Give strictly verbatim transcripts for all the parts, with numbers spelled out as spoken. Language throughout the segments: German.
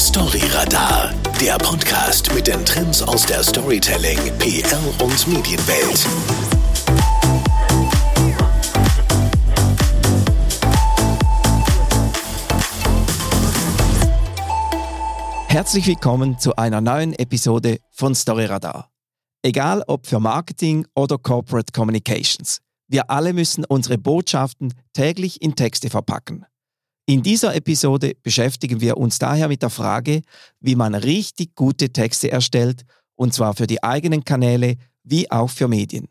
Storyradar, der Podcast mit den Trends aus der Storytelling, P R und Medienwelt. Herzlich willkommen zu einer neuen Episode von Storyradar. Egal ob für Marketing oder Corporate Communications, wir alle müssen unsere Botschaften täglich in Texte verpacken. In dieser Episode beschäftigen wir uns daher mit der Frage, wie man richtig gute Texte erstellt, und zwar für die eigenen Kanäle wie auch für Medien.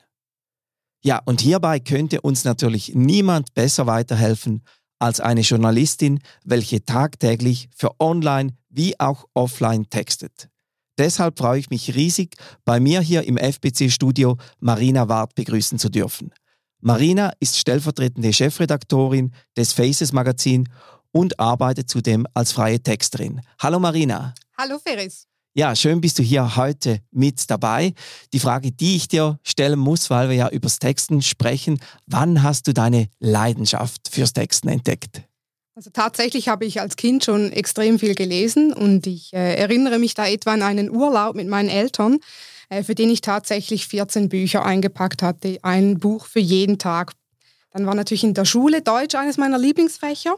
Ja, und hierbei könnte uns natürlich niemand besser weiterhelfen als eine Journalistin, welche tagtäglich für Online- wie auch Offline textet. Deshalb freue ich mich riesig, bei mir hier im F B C-Studio Marina Ward begrüßen zu dürfen. Marina ist stellvertretende Chefredaktorin des Faces Magazin und arbeitet zudem als freie Texterin. Hallo Marina. Hallo Feris. Ja, schön bist du hier heute mit dabei. Die Frage, die ich dir stellen muss, weil wir ja übers Texten sprechen, wann hast du deine Leidenschaft fürs Texten entdeckt? Also tatsächlich habe ich als Kind schon extrem viel gelesen und ich äh, erinnere mich da etwa an einen Urlaub mit meinen Eltern, äh, für den ich tatsächlich vierzehn Bücher eingepackt hatte, ein Buch für jeden Tag. Dann war natürlich in der Schule Deutsch eines meiner Lieblingsfächer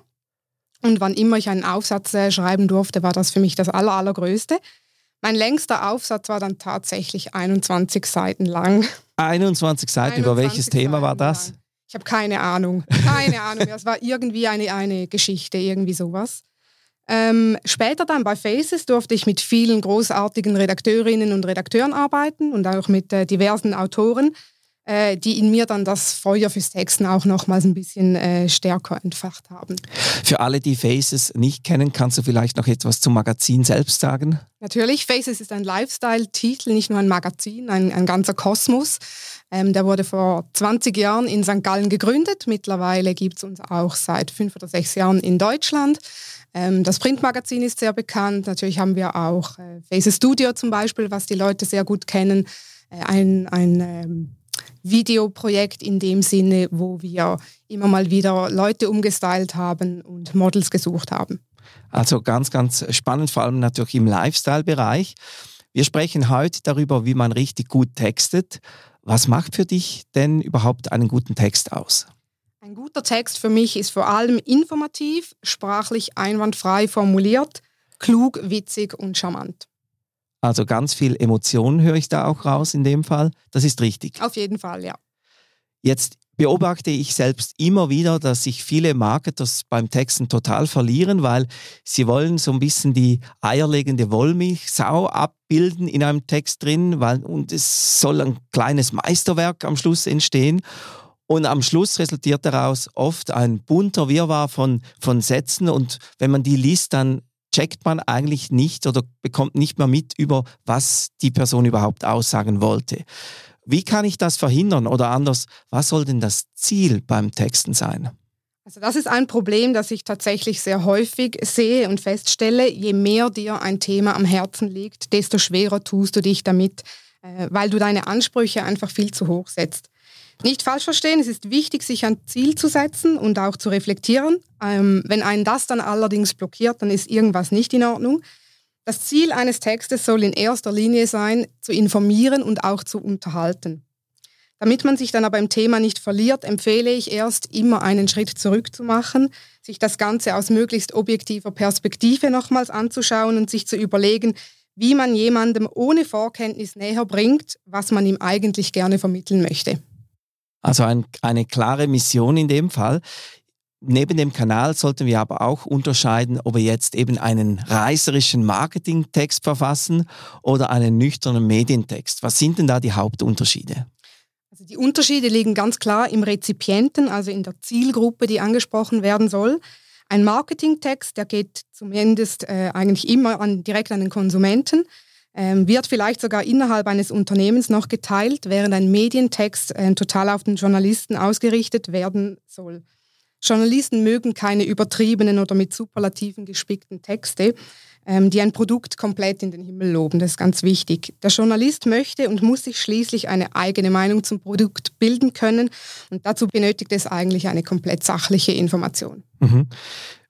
und wann immer ich einen Aufsatz äh, schreiben durfte, war das für mich das aller, allergrößte. Mein längster Aufsatz war dann tatsächlich einundzwanzig Seiten lang. einundzwanzig Seiten, über welches Thema war das? Lang. Ich habe keine Ahnung, keine Ahnung. Es war irgendwie eine, eine Geschichte, irgendwie sowas. Ähm, später dann bei Faces durfte ich mit vielen großartigen Redakteurinnen und Redakteuren arbeiten und auch mit äh, diversen Autoren, äh, die in mir dann das Feuer fürs Texten auch nochmals ein bisschen äh, stärker entfacht haben. Für alle, die Faces nicht kennen, kannst du vielleicht noch etwas zum Magazin selbst sagen? Natürlich, Faces ist ein Lifestyle-Titel, nicht nur ein Magazin, ein, ein ganzer Kosmos. Ähm, der wurde vor zwanzig Jahren in Sankt Gallen gegründet. Mittlerweile gibt es uns auch seit fünf oder sechs Jahren in Deutschland. Ähm, das Printmagazin ist sehr bekannt. Natürlich haben wir auch äh, Faces Studio zum Beispiel, was die Leute sehr gut kennen. Äh, ein ein ähm, Videoprojekt in dem Sinne, wo wir immer mal wieder Leute umgestylt haben und Models gesucht haben. Also ganz, ganz spannend, vor allem natürlich im Lifestyle-Bereich. Wir sprechen heute darüber, wie man richtig gut textet. Was macht für dich denn überhaupt einen guten Text aus? Ein guter Text für mich ist vor allem informativ, sprachlich einwandfrei formuliert, klug, witzig und charmant. Also ganz viel Emotionen höre ich da auch raus in dem Fall. Das ist richtig. Auf jeden Fall, ja. Jetzt beobachte ich selbst immer wieder, dass sich viele Marketers beim Texten total verlieren, weil sie wollen so ein bisschen die eierlegende Wollmilchsau abbilden in einem Text drin, weil, und es soll ein kleines Meisterwerk am Schluss entstehen. Und am Schluss resultiert daraus oft ein bunter Wirrwarr von, von Sätzen, und wenn man die liest, dann checkt man eigentlich nicht oder bekommt nicht mehr mit über, was die Person überhaupt aussagen wollte. Wie kann ich das verhindern? Oder anders, was soll denn das Ziel beim Texten sein? Also das ist ein Problem, das ich tatsächlich sehr häufig sehe und feststelle. Je mehr dir ein Thema am Herzen liegt, desto schwerer tust du dich damit, weil du deine Ansprüche einfach viel zu hoch setzt. Nicht falsch verstehen, es ist wichtig, sich ein Ziel zu setzen und auch zu reflektieren. Ähm, wenn einen das dann allerdings blockiert, dann ist irgendwas nicht in Ordnung. Das Ziel eines Textes soll in erster Linie sein, zu informieren und auch zu unterhalten. Damit man sich dann aber im Thema nicht verliert, empfehle ich erst, immer einen Schritt zurück zu machen, sich das Ganze aus möglichst objektiver Perspektive nochmals anzuschauen und sich zu überlegen, wie man jemandem ohne Vorkenntnis näher bringt, was man ihm eigentlich gerne vermitteln möchte. Also ein, eine klare Mission in dem Fall. Neben dem Kanal sollten wir aber auch unterscheiden, ob wir jetzt eben einen reißerischen Marketingtext verfassen oder einen nüchternen Medientext. Was sind denn da die Hauptunterschiede? Also die Unterschiede liegen ganz klar im Rezipienten, also in der Zielgruppe, die angesprochen werden soll. Ein Marketingtext, der geht zumindest äh, eigentlich immer an, direkt an den Konsumenten, ähm, wird vielleicht sogar innerhalb eines Unternehmens noch geteilt, während ein Medientext äh, total auf den Journalisten ausgerichtet werden soll. Journalisten mögen keine übertriebenen oder mit Superlativen gespickten Texte, ähm, die ein Produkt komplett in den Himmel loben. Das ist ganz wichtig. Der Journalist möchte und muss sich schließlich eine eigene Meinung zum Produkt bilden können, und dazu benötigt es eigentlich eine komplett sachliche Information. Mhm.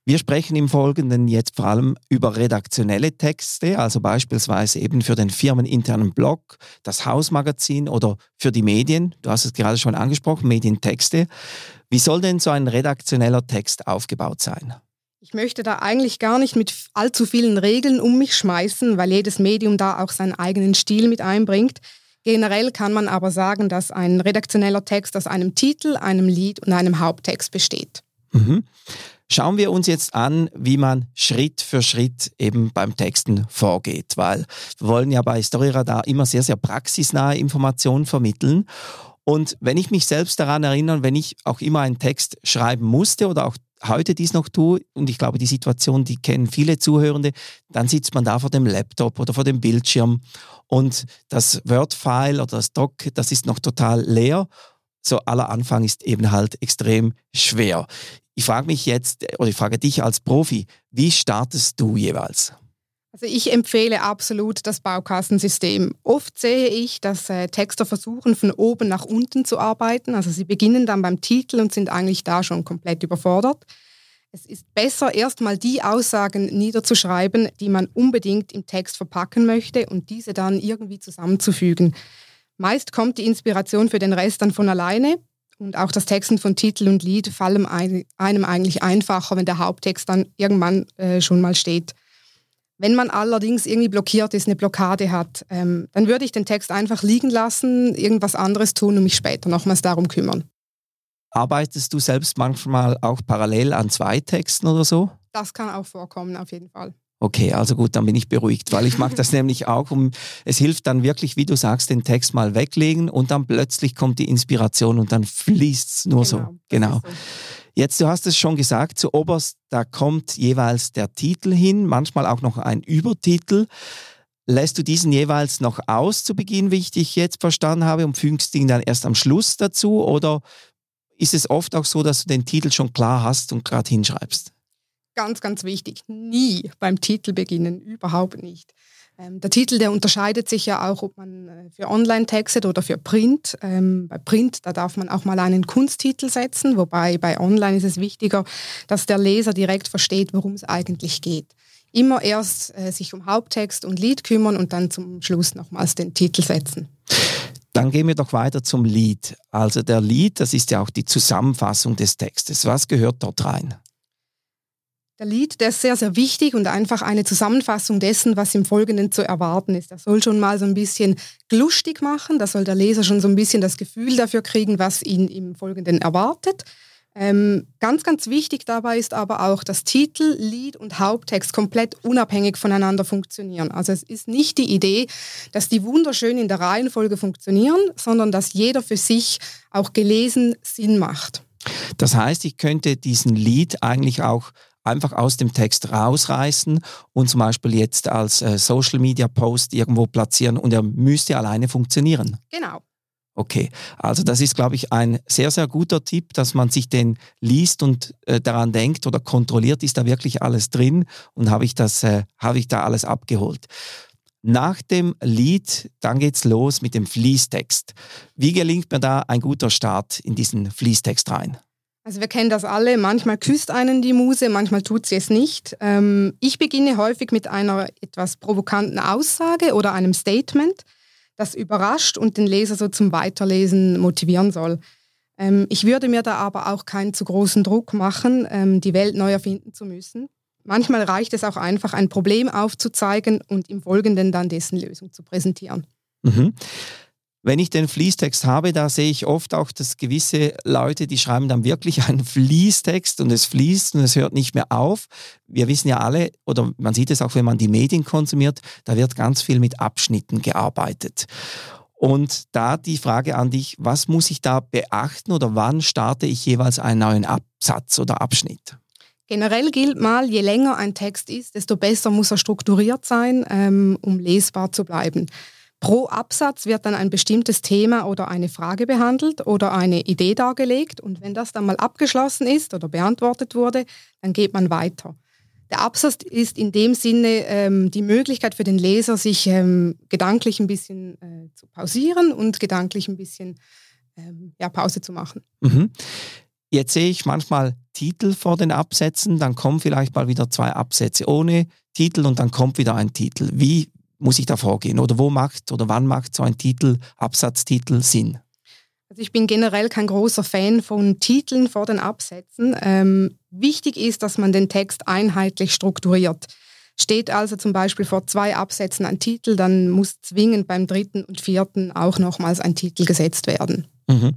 Wir sprechen im Folgenden jetzt vor allem über redaktionelle Texte, also beispielsweise eben für den firmeninternen Blog, das Hausmagazin oder für die Medien. Du hast es gerade schon angesprochen, Medientexte. Wie soll denn so ein redaktioneller Text aufgebaut sein? Ich möchte da eigentlich gar nicht mit allzu vielen Regeln um mich schmeißen, weil jedes Medium da auch seinen eigenen Stil mit einbringt. Generell kann man aber sagen, dass ein redaktioneller Text aus einem Titel, einem Lied und einem Haupttext besteht. Mhm. Schauen wir uns jetzt an, wie man Schritt für Schritt eben beim Texten vorgeht, weil wir wollen ja bei StoryRadar immer sehr, sehr praxisnahe Informationen vermitteln. Und wenn ich mich selbst daran erinnere, wenn ich auch immer einen Text schreiben musste oder auch heute dies noch tue, und ich glaube, die Situation, die kennen viele Zuhörende, dann sitzt man da vor dem Laptop oder vor dem Bildschirm und das Word-File oder das Doc, das ist noch total leer. So aller Anfang ist eben halt extrem schwer. Ich frage mich jetzt, oder ich frage dich als Profi, wie startest du jeweils? Also ich empfehle absolut das Baukastensystem. Oft sehe ich, dass äh, Texter versuchen, von oben nach unten zu arbeiten. Also sie beginnen dann beim Titel und sind eigentlich da schon komplett überfordert. Es ist besser, erstmal die Aussagen niederzuschreiben, die man unbedingt im Text verpacken möchte und diese dann irgendwie zusammenzufügen. Meist kommt die Inspiration für den Rest dann von alleine. Und auch das Texten von Titel und Lied fallen einem eigentlich einfacher, wenn der Haupttext dann irgendwann äh, schon mal steht. Wenn man allerdings irgendwie blockiert ist, eine Blockade hat, ähm, dann würde ich den Text einfach liegen lassen, irgendwas anderes tun und mich später nochmals darum kümmern. Arbeitest du selbst manchmal auch parallel an zwei Texten oder so? Das kann auch vorkommen, auf jeden Fall. Okay, also gut, dann bin ich beruhigt, weil ich mache das nämlich auch. Um, es hilft dann wirklich, wie du sagst, den Text mal weglegen und dann plötzlich kommt die Inspiration und dann fließt es nur Genau, so. Genau. So. Jetzt, du hast es schon gesagt, zu oberst, da kommt jeweils der Titel hin, manchmal auch noch ein Übertitel. Lässt du diesen jeweils noch aus zu Beginn, wie ich dich jetzt verstanden habe, und fügst ihn dann erst am Schluss dazu? Oder ist es oft auch so, dass du den Titel schon klar hast und gerade hinschreibst? Ganz, ganz wichtig, nie beim Titel beginnen, überhaupt nicht. Ähm, der Titel, der unterscheidet sich ja auch, ob man äh, für Online textet oder für Print. Ähm, bei Print, da darf man auch mal einen Kunsttitel setzen, wobei bei Online ist es wichtiger, dass der Leser direkt versteht, worum es eigentlich geht. Immer erst äh, sich um Haupttext und Lied kümmern und dann zum Schluss nochmals den Titel setzen. Dann gehen wir doch weiter zum Lied. Also der Lied, das ist ja auch die Zusammenfassung des Textes. Was gehört dort rein? Der Lied, der ist sehr, sehr wichtig und einfach eine Zusammenfassung dessen, was im Folgenden zu erwarten ist. Er soll schon mal so ein bisschen lustig machen, da soll der Leser schon so ein bisschen das Gefühl dafür kriegen, was ihn im Folgenden erwartet. Ähm, ganz, ganz wichtig dabei ist aber auch, dass Titel, Lied und Haupttext komplett unabhängig voneinander funktionieren. Also es ist nicht die Idee, dass die wunderschön in der Reihenfolge funktionieren, sondern dass jeder für sich auch gelesen Sinn macht. Das heißt, ich könnte diesen Lied eigentlich auch einfach aus dem Text rausreißen und zum Beispiel jetzt als äh, Social-Media-Post irgendwo platzieren und er müsste alleine funktionieren. Genau. Okay, also das ist, glaube ich, ein sehr, sehr guter Tipp, dass man sich den liest und äh, daran denkt oder kontrolliert, ist da wirklich alles drin und habe ich, das, äh, habe ich da alles abgeholt. Nach dem Lied, dann geht's los mit dem Fließtext. Wie gelingt mir da ein guter Start in diesen Fließtext rein? Also wir kennen das alle, manchmal küsst einen die Muse, manchmal tut sie es nicht. Ähm, ich beginne häufig mit einer etwas provokanten Aussage oder einem Statement, das überrascht und den Leser so zum Weiterlesen motivieren soll. Ähm, ich würde mir da aber auch keinen zu großen Druck machen, ähm, die Welt neu erfinden zu müssen. Manchmal reicht es auch einfach, ein Problem aufzuzeigen und im Folgenden dann dessen Lösung zu präsentieren. Mhm. Wenn ich den Fließtext habe, da sehe ich oft auch, dass gewisse Leute, die schreiben dann wirklich einen Fließtext und es fließt und es hört nicht mehr auf. Wir wissen ja alle, oder man sieht es auch, wenn man die Medien konsumiert, da wird ganz viel mit Abschnitten gearbeitet. Und da die Frage an dich, was muss ich da beachten oder wann starte ich jeweils einen neuen Absatz oder Abschnitt? Generell gilt mal, je länger ein Text ist, desto besser muss er strukturiert sein, ähm, um lesbar zu bleiben. Pro Absatz wird dann ein bestimmtes Thema oder eine Frage behandelt oder eine Idee dargelegt und wenn das dann mal abgeschlossen ist oder beantwortet wurde, dann geht man weiter. Der Absatz ist in dem Sinne ähm, die Möglichkeit für den Leser, sich ähm, gedanklich ein bisschen äh, zu pausieren und gedanklich ein bisschen ähm, ja, Pause zu machen. Mhm. Jetzt sehe ich manchmal Titel vor den Absätzen, dann kommen vielleicht mal wieder zwei Absätze ohne Titel und dann kommt wieder ein Titel. Wie muss ich da vorgehen? Oder wo macht oder wann macht so ein Titel, Absatztitel Sinn? Also ich bin generell kein großer Fan von Titeln vor den Absätzen. Ähm, wichtig ist, dass man den Text einheitlich strukturiert. Steht also zum Beispiel vor zwei Absätzen ein Titel, dann muss zwingend beim dritten und vierten auch nochmals ein Titel gesetzt werden. Mhm.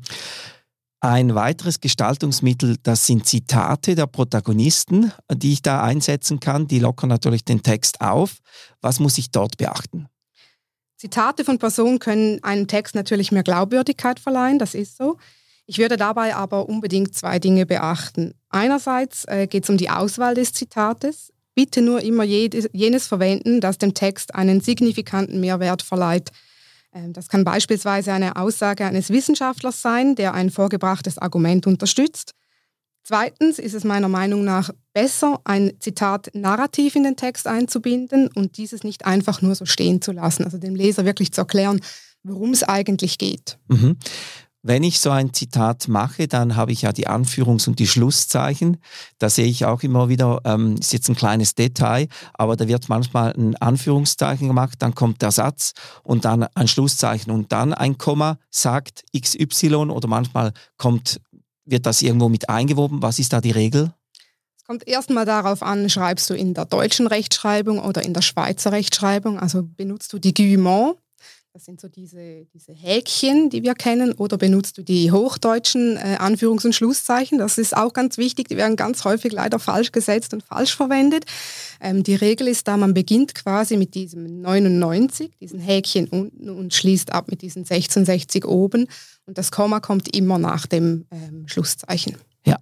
Ein weiteres Gestaltungsmittel, das sind Zitate der Protagonisten, die ich da einsetzen kann. Die lockern natürlich den Text auf. Was muss ich dort beachten? Zitate von Personen können einem Text natürlich mehr Glaubwürdigkeit verleihen, das ist so. Ich würde dabei aber unbedingt zwei Dinge beachten. Einerseits äh, geht es um die Auswahl des Zitates. Bitte nur immer jedes, jenes verwenden, das dem Text einen signifikanten Mehrwert verleiht. Das kann beispielsweise eine Aussage eines Wissenschaftlers sein, der ein vorgebrachtes Argument unterstützt. Zweitens ist es meiner Meinung nach besser, ein Zitat narrativ in den Text einzubinden und dieses nicht einfach nur so stehen zu lassen, also dem Leser wirklich zu erklären, worum es eigentlich geht. Mhm. Wenn ich so ein Zitat mache, dann habe ich ja die Anführungs- und die Schlusszeichen. Da sehe ich auch immer wieder, ähm, ist jetzt ein kleines Detail, aber da wird manchmal ein Anführungszeichen gemacht, dann kommt der Satz und dann ein Schlusszeichen und dann ein Komma sagt X Y oder manchmal kommt, wird das irgendwo mit eingewoben. Was ist da die Regel? Es kommt erstmal darauf an, schreibst du in der deutschen Rechtschreibung oder in der Schweizer Rechtschreibung, also benutzt du die Guillemot. Das sind so diese, diese Häkchen, die wir kennen. Oder benutzt du die hochdeutschen äh, Anführungs- und Schlusszeichen? Das ist auch ganz wichtig. Die werden ganz häufig leider falsch gesetzt und falsch verwendet. Ähm, die Regel ist da, man beginnt quasi mit diesem neunundneunzig, diesen Häkchen unten und schließt ab mit diesen sechsundsechzig oben. Und das Komma kommt immer nach dem ähm, Schlusszeichen. Ja,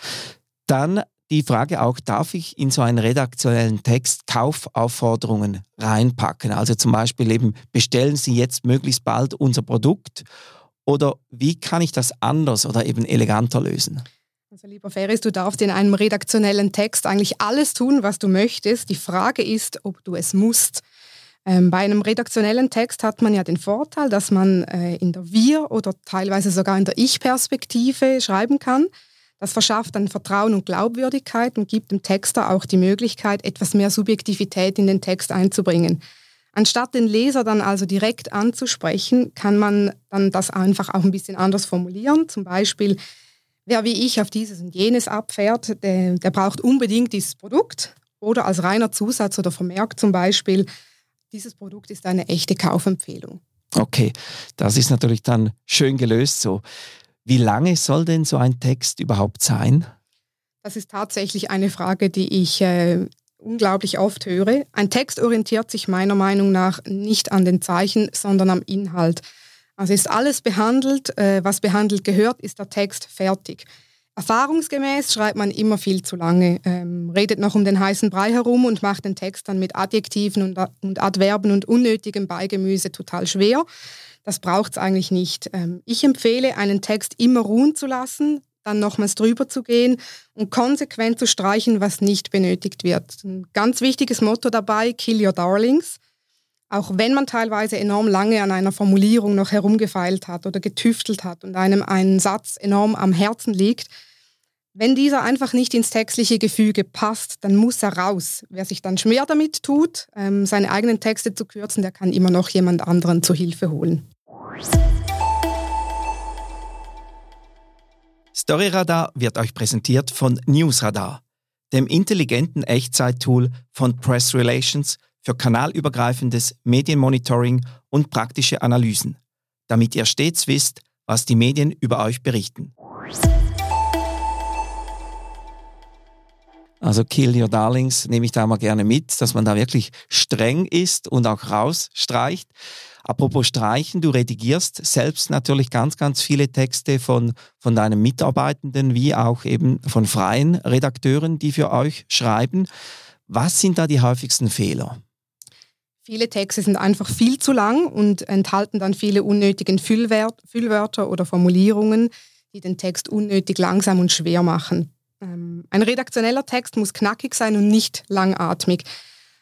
dann die Frage auch, darf ich in so einen redaktionellen Text Kaufaufforderungen reinpacken? Also zum Beispiel eben, bestellen Sie jetzt möglichst bald unser Produkt oder wie kann ich das anders oder eben eleganter lösen? Also lieber Ferris, du darfst in einem redaktionellen Text eigentlich alles tun, was du möchtest. Die Frage ist, ob du es musst. Ähm, bei einem redaktionellen Text hat man ja den Vorteil, dass man äh, in der Wir- oder teilweise sogar in der Ich-Perspektive schreiben kann. Das verschafft dann Vertrauen und Glaubwürdigkeit und gibt dem Texter auch die Möglichkeit, etwas mehr Subjektivität in den Text einzubringen. Anstatt den Leser dann also direkt anzusprechen, kann man dann das einfach auch ein bisschen anders formulieren. Zum Beispiel, wer wie ich auf dieses und jenes abfährt, der, der braucht unbedingt dieses Produkt. Oder als reiner Zusatz oder Vermerk zum Beispiel, dieses Produkt ist eine echte Kaufempfehlung. Okay, das ist natürlich dann schön gelöst so. Wie lange soll denn so ein Text überhaupt sein? Das ist tatsächlich eine Frage, die ich äh, unglaublich oft höre. Ein Text orientiert sich meiner Meinung nach nicht an den Zeichen, sondern am Inhalt. Also ist alles behandelt, äh, was behandelt gehört, ist der Text fertig. Erfahrungsgemäß schreibt man immer viel zu lange, ähm, redet noch um den heißen Brei herum und macht den Text dann mit Adjektiven und, und Adverben und unnötigem Beigemüse total schwer. Das braucht es eigentlich nicht. Ähm, ich empfehle, einen Text immer ruhen zu lassen, dann nochmals drüber zu gehen und konsequent zu streichen, was nicht benötigt wird. Ein ganz wichtiges Motto dabei, kill your darlings. Auch wenn man teilweise enorm lange an einer Formulierung noch herumgefeilt hat oder getüftelt hat und einem ein Satz enorm am Herzen liegt, wenn dieser einfach nicht ins textliche Gefüge passt, dann muss er raus. Wer sich dann schwer damit tut, ähm, seine eigenen Texte zu kürzen, der kann immer noch jemand anderen zu Hilfe holen. Storyradar wird euch präsentiert von Newsradar, dem intelligenten Echtzeit-Tool von Press Relations für kanalübergreifendes Medienmonitoring und praktische Analysen, damit ihr stets wisst, was die Medien über euch berichten. Also Kill Your Darlings nehme ich da mal gerne mit, dass man da wirklich streng ist und auch rausstreicht. Apropos Streichen, du redigierst selbst natürlich ganz, ganz viele Texte von, von deinen Mitarbeitenden wie auch eben von freien Redakteuren, die für euch schreiben. Was sind da die häufigsten Fehler? Viele Texte sind einfach viel zu lang und enthalten dann viele unnötige Füllwert, Füllwörter oder Formulierungen, die den Text unnötig langsam und schwer machen. Ähm, ein redaktioneller Text muss knackig sein und nicht langatmig.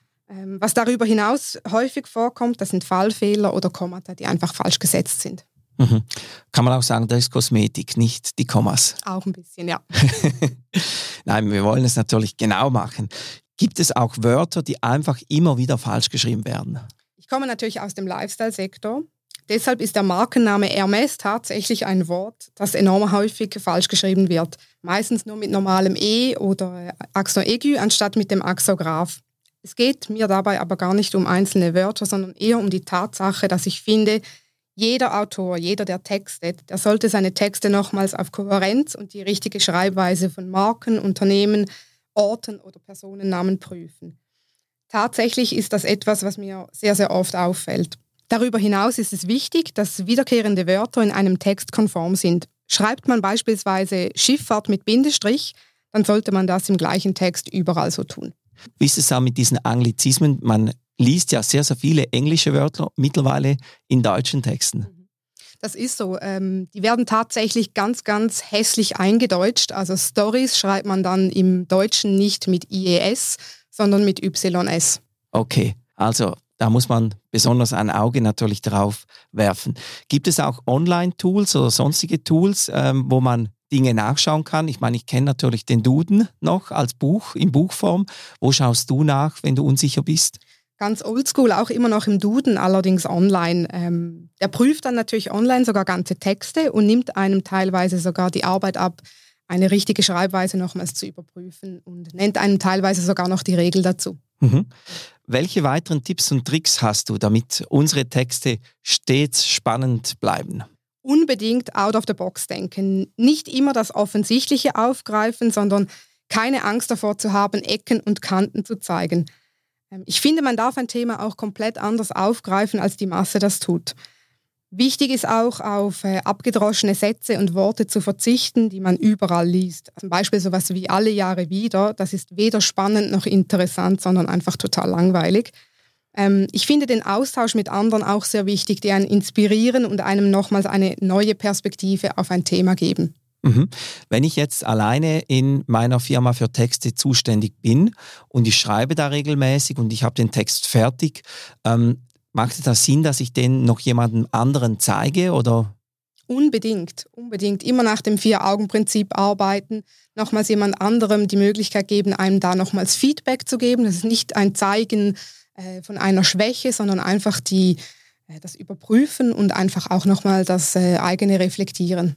Was darüber hinaus häufig vorkommt, das sind Fallfehler oder Kommata, die einfach falsch gesetzt sind. Mhm. Kann man auch sagen, das ist Kosmetik, nicht die Kommas. Auch ein bisschen, ja. Nein, wir wollen es natürlich genau machen. Gibt es auch Wörter, die einfach immer wieder falsch geschrieben werden? Ich komme natürlich aus dem Lifestyle-Sektor. Deshalb ist der Markenname Hermès tatsächlich ein Wort, das enorm häufig falsch geschrieben wird. Meistens nur mit normalem E oder Accent aigu anstatt mit dem Accent grave. Es geht mir dabei aber gar nicht um einzelne Wörter, sondern eher um die Tatsache, dass ich finde, jeder Autor, jeder, der textet, der sollte seine Texte nochmals auf Kohärenz und die richtige Schreibweise von Marken, Unternehmen, Orten oder Personennamen prüfen. Tatsächlich ist das etwas, was mir sehr, sehr oft auffällt. Darüber hinaus ist es wichtig, dass wiederkehrende Wörter in einem Text konform sind. Schreibt man beispielsweise Schifffahrt mit Bindestrich, dann sollte man das im gleichen Text überall so tun. Wie ist es auch mit diesen Anglizismen? Man liest ja sehr, sehr viele englische Wörter mittlerweile in deutschen Texten. Das ist so. Ähm, die werden tatsächlich ganz, ganz hässlich eingedeutscht. Also Stories schreibt man dann im Deutschen nicht mit I E S, sondern mit Y S. Okay, also da muss man besonders ein Auge natürlich drauf werfen. Gibt es auch Online-Tools oder sonstige Tools, ähm, wo man Dinge nachschauen kann? Ich meine, ich kenne natürlich den Duden noch als Buch, in Buchform. Wo schaust du nach, wenn du unsicher bist? Ganz oldschool, auch immer noch im Duden, allerdings online. Ähm, der prüft dann natürlich online sogar ganze Texte und nimmt einem teilweise sogar die Arbeit ab, eine richtige Schreibweise nochmals zu überprüfen und nennt einem teilweise sogar noch die Regel dazu. Mhm. Welche weiteren Tipps und Tricks hast du, damit unsere Texte stets spannend bleiben? Unbedingt out of the box denken. Nicht immer das Offensichtliche aufgreifen, sondern keine Angst davor zu haben, Ecken und Kanten zu zeigen. Ich finde, man darf ein Thema auch komplett anders aufgreifen, als die Masse das tut. Wichtig ist auch, auf äh, abgedroschene Sätze und Worte zu verzichten, die man überall liest. Zum Beispiel sowas wie alle Jahre wieder. Das ist weder spannend noch interessant, sondern einfach total langweilig. Ähm, ich finde den Austausch mit anderen auch sehr wichtig, die einen inspirieren und einem nochmals eine neue Perspektive auf ein Thema geben. Mhm. Wenn ich jetzt alleine in meiner Firma für Texte zuständig bin und ich schreibe da regelmäßig und ich habe den Text fertig, ähm, macht es da Sinn, dass ich den noch jemandem anderen zeige? Oder? Unbedingt, unbedingt. Immer nach dem Vier-Augen-Prinzip arbeiten, nochmals jemand anderem die Möglichkeit geben, einem da nochmals Feedback zu geben. Das ist nicht ein Zeigen äh, von einer Schwäche, sondern einfach die, äh, das Überprüfen und einfach auch nochmal das äh, eigene Reflektieren.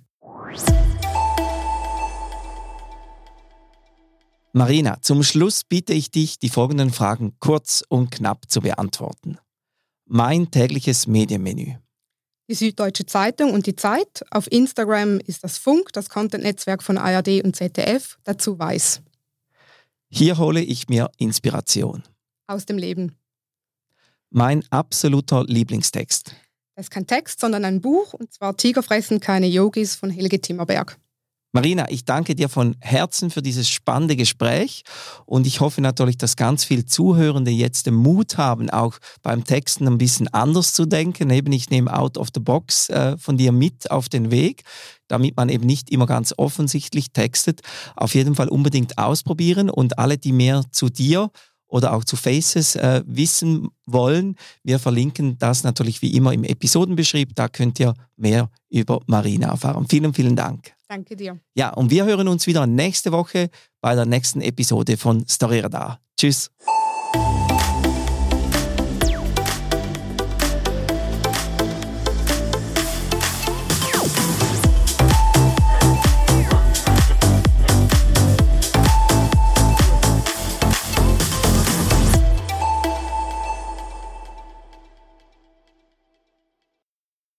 Marina, zum Schluss bitte ich dich, die folgenden Fragen kurz und knapp zu beantworten. Mein tägliches Medienmenü. Die Süddeutsche Zeitung und die Zeit. Auf Instagram ist das Funk, das Content-Netzwerk von A R D und Z D F, dazu Weiß. Hier hole ich mir Inspiration. Aus dem Leben. Mein absoluter Lieblingstext. Das ist kein Text, sondern ein Buch, und zwar Tiger fressen keine Yogis von Helge Timmerberg. Marina, ich danke dir von Herzen für dieses spannende Gespräch und ich hoffe natürlich, dass ganz viele Zuhörende jetzt den Mut haben, auch beim Texten ein bisschen anders zu denken. Eben, ich nehme out of the box äh, von dir mit auf den Weg, damit man eben nicht immer ganz offensichtlich textet. Auf jeden Fall unbedingt ausprobieren und alle, die mehr zu dir oder auch zu Faces äh, wissen wollen, wir verlinken das natürlich wie immer im Episodenbeschrieb. Da könnt ihr mehr über Marina erfahren. Vielen, vielen Dank. Danke dir. Ja, und wir hören uns wieder nächste Woche bei der nächsten Episode von Storyradar. Tschüss.